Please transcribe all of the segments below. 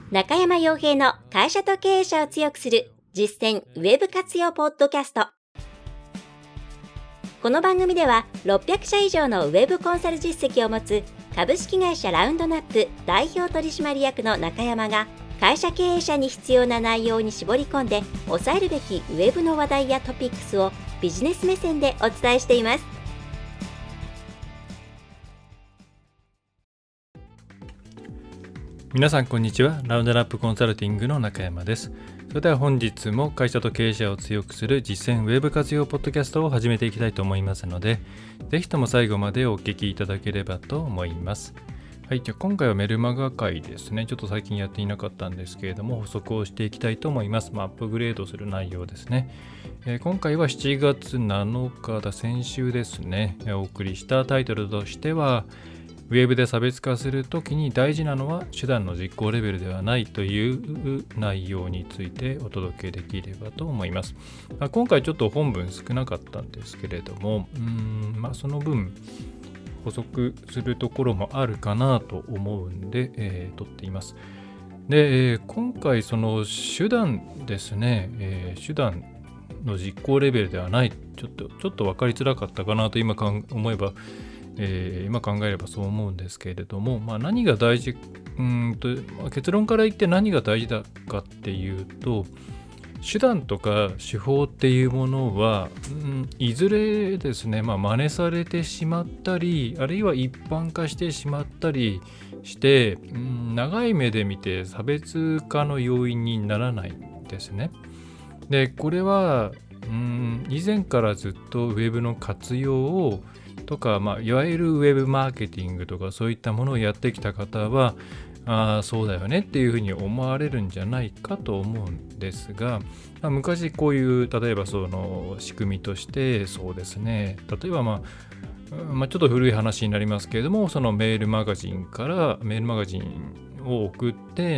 中山洋平の会社と経営者を強くする実践ウェブ活用ポッドキャスト。この番組では600社以上のウェブコンサル実績を持つ株式会社ラウンドナップ代表取締役の中山が会社経営者に必要な内容に絞り込んで押さえるべきウェブの話題やトピックスをビジネス目線でお伝えしています。 皆さんこんにちは。ラウンドナップコンサルティングの中山です。それでは本日も会社と経営者を強くする実践ウェブ活用ポッドキャストを始めていきたいと思いますので、ぜひとも最後までお聞きいただければと思います。はい、じゃあ今回はメルマガ会ですね。ちょっと最近やっていなかったんですけれども、補足をしていきたいと思います。アップグレードする内容ですね。今回は7月7日先週ですね、お送りしたタイトルとしては、ウェブで差別化するときに大事なのは手段の実行レベルではないという内容についてお届けできればと思います。今回ちょっと本文少なかったんですけれども、その分補足するところもあるかなと思うんで、撮っています。で、今回その手段ですね、手段の実行レベルではない、ちょっと分かりづらかったかなと今考えればそう思うんですけれども、何が大事結論から言って何が大事だかっていうと、手段とか手法っていうものは、いずれですね、真似されてしまったり、あるいは一般化してしまったりして、長い目で見て差別化の要因にならないんですね。で、これは以前からずっとウェブの活用をとか、いわゆるウェブマーケティングとかそういったものをやってきた方は、そうだよねっていうふうに思われるんじゃないかと思うんですが、昔こういう例えばその仕組みとしてそうですね、例えばちょっと古い話になりますけれども、そのメールマガジンを送って、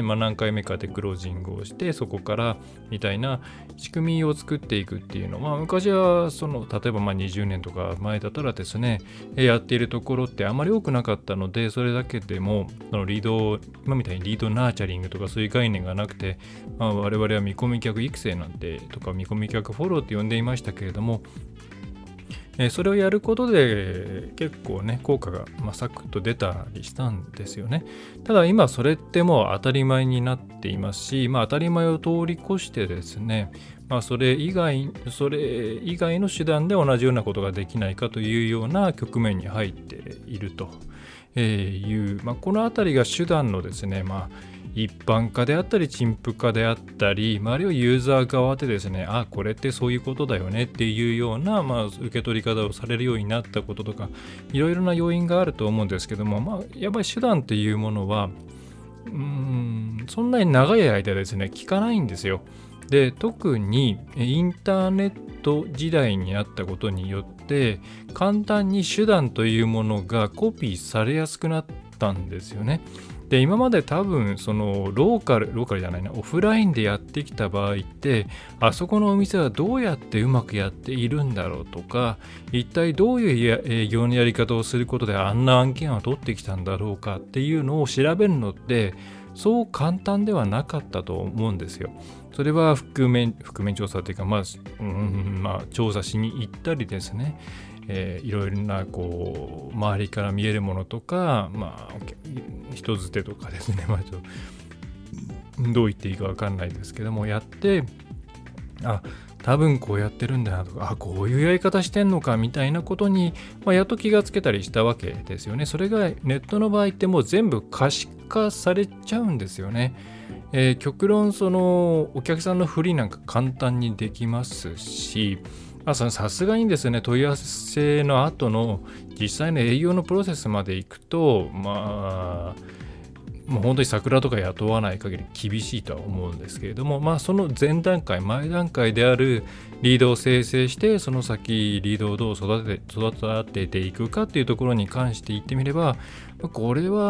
何回目かでクロージングをして、そこからみたいな仕組みを作っていくっていうのは、昔はその例えば20年とか前だったらですね、やっているところってあまり多くなかったので、それだけでもその今みたいにリードナーチャリングとかそういう概念がなくて、我々は見込み客育成なんてとか見込み客フォローって呼んでいましたけれども、それをやることで結構ね効果がサクッと出たりしたんですよね。ただ今それってもう当たり前になっていますし、当たり前を通り越してですね、それ以外の手段で同じようなことができないかというような局面に入っているという、このあたりが手段のですね、一般化であったり陳腐化であったり、あるいはユーザー側でですね、これってそういうことだよねっていうような、受け取り方をされるようになったこととか、いろいろな要因があると思うんですけども、やっぱり手段っていうものはそんなに長い間ですね効かないんですよ。で、特にインターネット時代になったことによって簡単に手段というものがコピーされやすくなったんですよね。で、今まで多分そのローカルじゃないな、オフラインでやってきた場合って、あそこのお店はどうやってうまくやっているんだろうとか、一体どういう営業のやり方をすることであんな案件を取ってきたんだろうかっていうのを調べるのってそう簡単ではなかったと思うんですよ。それは覆面調査というか、調査しに行ったりですね、いろいろな周りから見えるものとか、人づてとかですね、どう言っていいか分かんないですけども、やって多分こうやってるんだなとか、こういうやり方してんのかみたいなことに、やっと気がつけたりしたわけですよね。それがネットの場合ってもう全部可視化されちゃうんですよね。極論そのお客さんの振りなんか簡単にできますし、さすがにですね、問い合わせの後の実際の営業のプロセスまで行くと、もう本当に桜とか雇わない限り厳しいとは思うんですけれども、その前段階であるリードを生成して、その先リードをどう育てていくかっていうところに関して言ってみれば、これは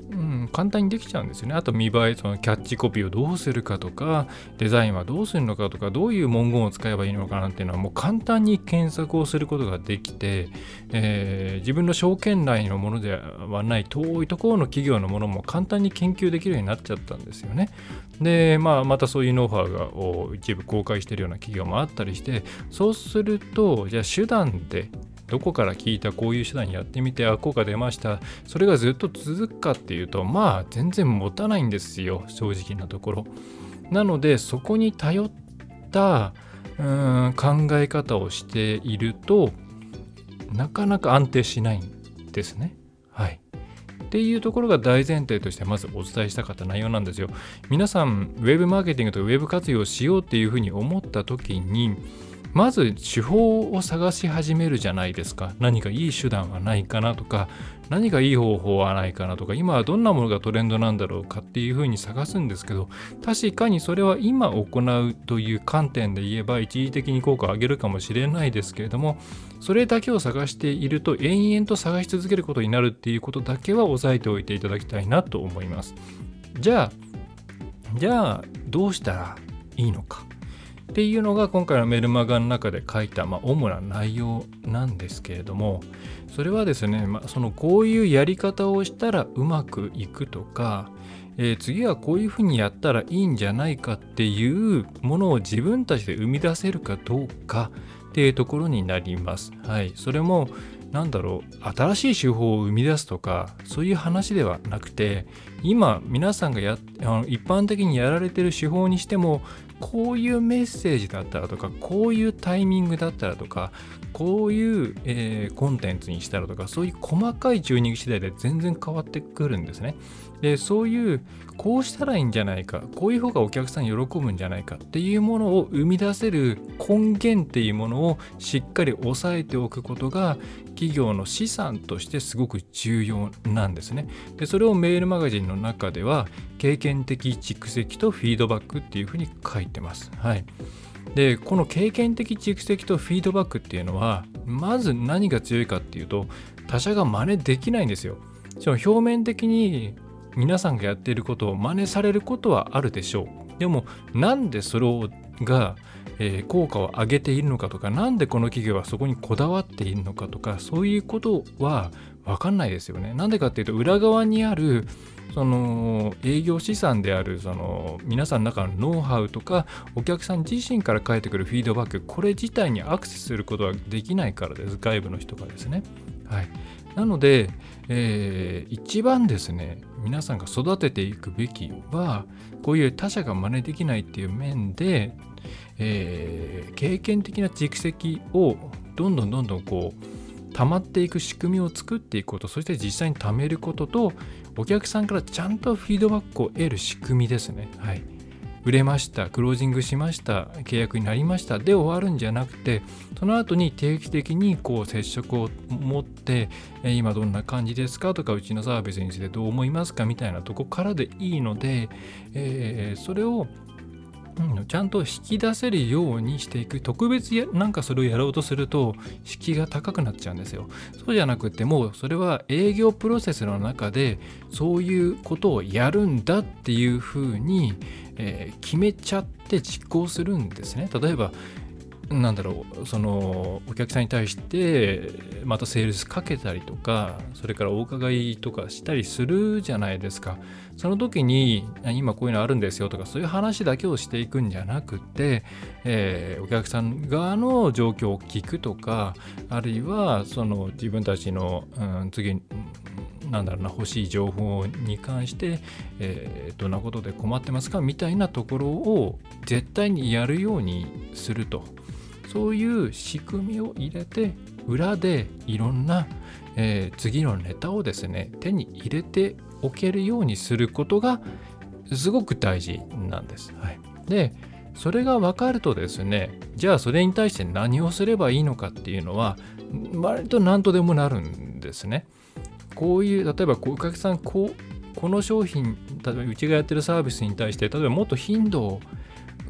簡単にできちゃうんですよね。あと見栄え、そのキャッチコピーをどうするかとか、デザインはどうするのかとか、どういう文言を使えばいいのかなんていうのはもう簡単に検索をすることができて、自分の証券内のものではない遠いところの企業のものも簡単に研究できるようになっちゃったんですよね。で、またそういうノウハウを一部公開しているような企業もあったりして、そうすると、じゃあ手段でどこから聞いたこういう手段やってみて効果出ました、それがずっと続くかっていうと全然持たないんですよ、正直なところ。なのでそこに頼った考え方をしているとなかなか安定しないんですね。はいっていうところが大前提としてまずお伝えしたかった内容なんですよ。皆さんウェブマーケティングとウェブ活用しようっていうふうに思った時にまず手法を探し始めるじゃないですか。何かいい手段はないかなとか、何かいい方法はないかなとか、今はどんなものがトレンドなんだろうかっていうふうに探すんですけど、確かにそれは今行うという観点で言えば一時的に効果を上げるかもしれないですけれども、それだけを探していると延々と探し続けることになるっていうことだけは押さえておいていただきたいなと思います。じゃあどうしたらいいのかっていうのが今回のメルマガの中で書いた、主な内容なんですけれども、それはですね、こういうやり方をしたらうまくいくとか、次はこういうふうにやったらいいんじゃないかっていうものを自分たちで生み出せるかどうかっていうところになります。はい、それも新しい手法を生み出すとかそういう話ではなくて、今皆さんが一般的にやられている手法にしてもこういうメッセージだったらとか、こういうタイミングだったらとか、こういう、コンテンツにしたらとか、そういう細かいチューニング次第で全然変わってくるんですね。で、そういうこうしたらいいんじゃないか、こういう方がお客さん喜ぶんじゃないかっていうものを生み出せる根源っていうものをしっかり押さえておくことが企業の資産としてすごく重要なんですね。で、それをメールマガジンの中では経験的蓄積とフィードバックっていうふうに書いてます。はい。で、この経験的蓄積とフィードバックっていうのはまず何が強いかっていうと、他社が真似できないんですよ。表面的に皆さんがやっていることを真似されることはあるでしょう。でもなんでそれが効果を上げているのかとか、なんでこの企業はそこにこだわっているのかとか、そういうことは分かんないですよね。なんでかっていうと、裏側にあるその営業資産であるその皆さんの中のノウハウとか、お客さん自身から返ってくるフィードバック、これ自体にアクセスすることはできないからです。外部の人がですね。はい。なので、一番ですね、皆さんが育てていくべきは、こういう他社が真似できないっていう面で、経験的な蓄積をどんどん溜まっていく仕組みを作っていくこと、そして実際に貯めることと、お客さんからちゃんとフィードバックを得る仕組みですね。はい。売れました、クロージングしました、契約になりましたで終わるんじゃなくて、その後に定期的に接触を持って、今どんな感じですかとか、うちのサービスについてどう思いますかみたいなとこからでいいので、それをちゃんと引き出せるようにしていく。特別それをやろうとすると敷居が高くなっちゃうんですよ。そうじゃなくて、もうそれは営業プロセスの中でそういうことをやるんだっていうふうに、決めちゃって実行するんですね。例えばそのお客さんに対してまたセールスかけたりとか、それからお伺いとかしたりするじゃないですか。その時に今こういうのあるんですよとか、そういう話だけをしていくんじゃなくて、お客さん側の状況を聞くとか、あるいはその自分たちの、次欲しい情報に関して、どんなことで困ってますかみたいなところを絶対にやるようにすると。そういう仕組みを入れて、裏でいろんな、次のネタをですね、手に入れておけるようにすることがすごく大事なんです。はい。で、それが分かるとですね、じゃあそれに対して何をすればいいのかっていうのは割と何とでもなるんですね。こういう、例えばお客さんこの商品、例えばうちがやってるサービスに対して、例えばもっと頻度を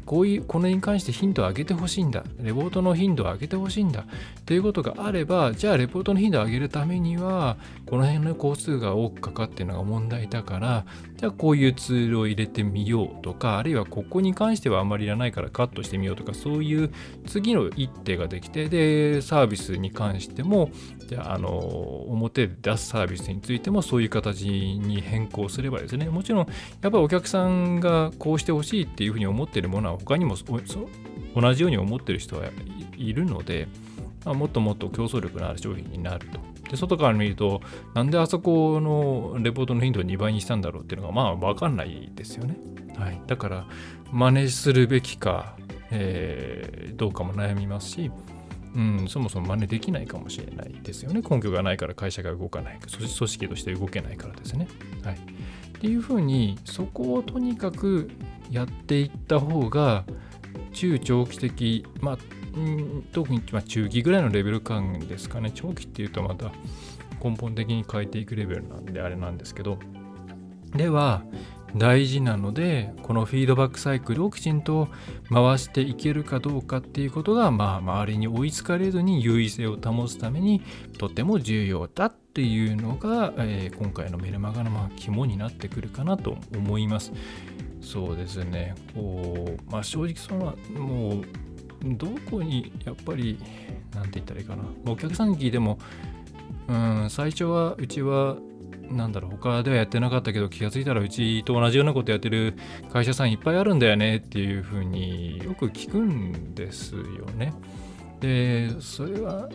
これに関して頻度を上げてほしいんだ、レポートの頻度を上げてほしいんだっていうことがあれば、じゃあレポートの頻度を上げるためにはこの辺の工数が多くかかっているのが問題だから、じゃあこういうツールを入れてみようとか、あるいはここに関してはあんまりいらないからカットしてみようとか、そういう次の一手ができて、でサービスに関してもじゃあ表で出すサービスについてもそういう形に変更すればですね、もちろんやっぱりお客さんがこうしてほしいっていうふうに思っているものは他にも同じように思っている人はいるので、もっともっと競争力のある商品になると。で外から見ると、なんであそこのレポートの頻度を2倍にしたんだろうっていうのが分かんないですよね。はい、だから真似するべきか、どうかも悩みますし、そもそも真似できないかもしれないですよね。根拠がないから会社が動かない、組織として動けないからですね。はい、っていうふうにそこをとにかくやっていった方が中長期的、特に中期ぐらいのレベル感ですかね。長期っていうとまた根本的に変えていくレベルなんであれなんですけど、では大事なので、このフィードバックサイクルをきちんと回していけるかどうかっていうことが、周りに追いつかれずに優位性を保つためにとても重要だっていうのが、今回のメルマガの肝になってくるかなと思います。そうですね。正直もうどこにやっぱりなんて言ったらいいかな。お客さんに聞いても、最初はうちは他ではやってなかったけど気がついたらうちと同じようなことやってる会社さんいっぱいあるんだよねっていうふうによく聞くんですよね。でそれは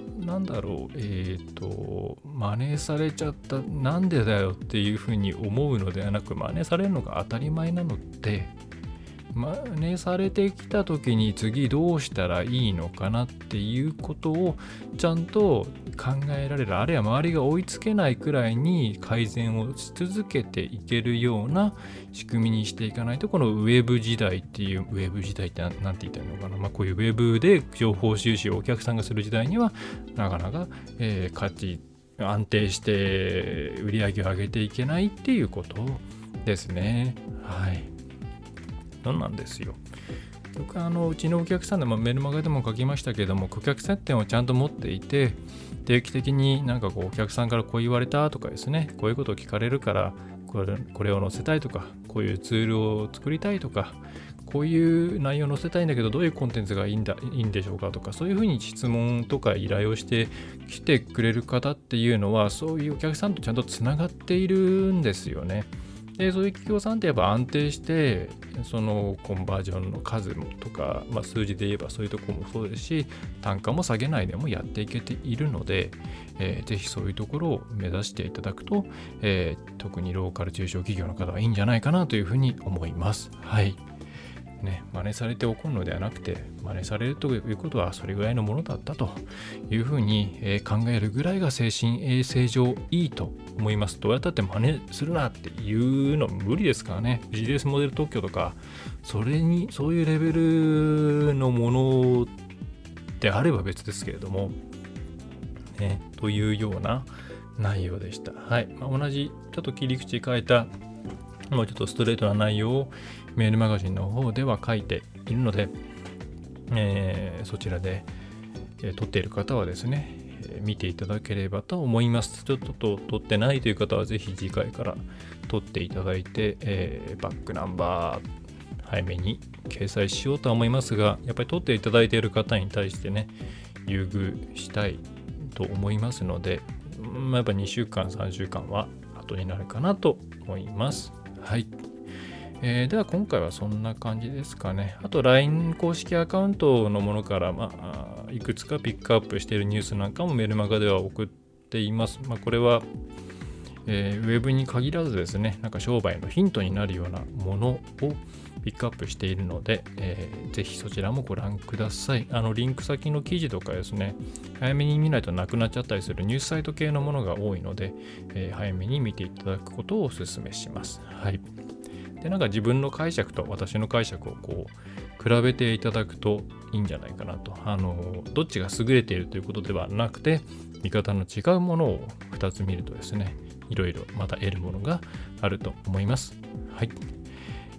真似されちゃったなんでだよっていうふうに思うのではなく、真似されるのが当たり前なので、真似されてきた時に次どうしたらいいのかなっていうことをちゃんと考えられる、あるいは周りが追いつけないくらいに改善をし続けていけるような仕組みにしていかないと、このウェブ時代っていう、ウェブ時代って何て言ったらいいのかな、こういうウェブで情報収集をお客さんがする時代にはなかなか、安定して売り上げを上げていけないっていうことですね。はい。そうなんですよ。うちのお客さんでもメルマガでも書きましたけども、顧客接点をちゃんと持っていて、定期的にお客さんからこう言われたとかですね、こういうことを聞かれるからこれを載せたいとか、こういうツールを作りたいとか、こういう内容を載せたいんだけどどういうコンテンツがいいんでしょうかとか、そういうふうに質問とか依頼をしてきてくれる方っていうのは、そういうお客さんとちゃんとつながっているんですよね。でそういう企業さんってやっぱ安定してそのコンバージョンの数とか、数字で言えばそういうところもそうですし、単価も下げないでもやっていけているので、ぜひそういうところを目指していただくと、特にローカル中小企業の方はいいんじゃないかなというふうに思います。はい。真似されて起こるのではなくて、真似されるということはそれぐらいのものだったというふうに考えるぐらいが精神衛生上いいと思います。どうやったって真似するなっていうの無理ですからね。ビジネスモデル特許とかそういうレベルのものであれば別ですけれどもというような内容でした。はい。同じちょっと切り口変えたもうちょっとストレートな内容をメールマガジンの方では書いているので、そちらで、撮っている方はですね、見ていただければと思います。ちょっと撮ってないという方はぜひ次回から撮っていただいて、バックナンバー早めに掲載しようとは思いますが、やっぱり撮っていただいている方に対してね、優遇したいと思いますので、やっぱ2週間3週間は後になるかなと思います。はい。では今回はそんな感じですかね。あと LINE 公式アカウントのものから、いくつかピックアップしているニュースなんかもメルマガでは送っています。これは、ウェブに限らずですね、商売のヒントになるようなものをピックアップしているので、ぜひそちらもご覧ください。リンク先の記事とかですね、早めに見ないとなくなっちゃったりするニュースサイト系のものが多いので、早めに見ていただくことをお勧めします。はい。で自分の解釈と私の解釈を比べていただくといいんじゃないかなと。どっちが優れているということではなくて、見方の違うものを2つ見るとですね、いろいろまた得るものがあると思います。はい。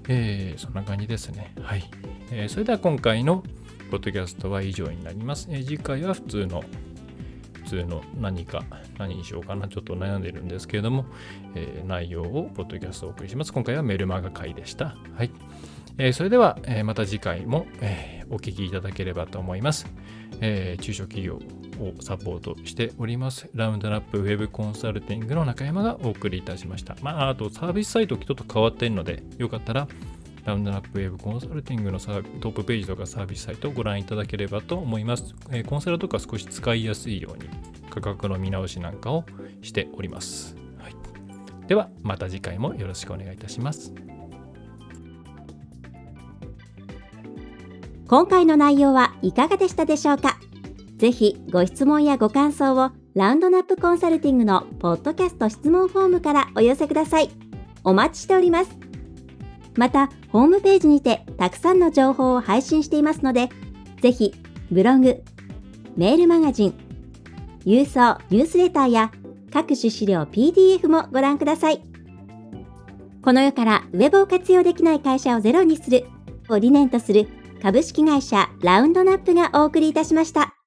そんな感じですね。はい。それでは今回のポッドキャストは以上になります。次回は普通の何にしようかなちょっと悩んでるんですけれども、内容をポッドキャストをお送りします。今回はメルマガ会でした。はい。それでは、また次回も、お聞きいただければと思います。中小企業をサポートしておりますラウンドナップウェブコンサルティングの中山がお送りいたしました。あとサービスサイトちょっと変わっているので、よかったらラウンドナップウェブコンサルティングのトップページとかサービスサイトをご覧いただければと思います。コンサルとか少し使いやすいように価格の見直しなんかをしております。はい、ではまた次回もよろしくお願いいたします。 今回の内容はいかがでしたでしょうか。ぜひご質問やご感想をラウンドナップコンサルティングのポッドキャスト質問フォームからお寄せください。お待ちしております。また、ホームページにてたくさんの情報を配信していますので、ぜひブログ、メールマガジン、郵送ニュースレターや各種資料 PDF もご覧ください。この世からウェブを活用できない会社をゼロにするを理念とする株式会社ラウンドナップがお送りいたしました。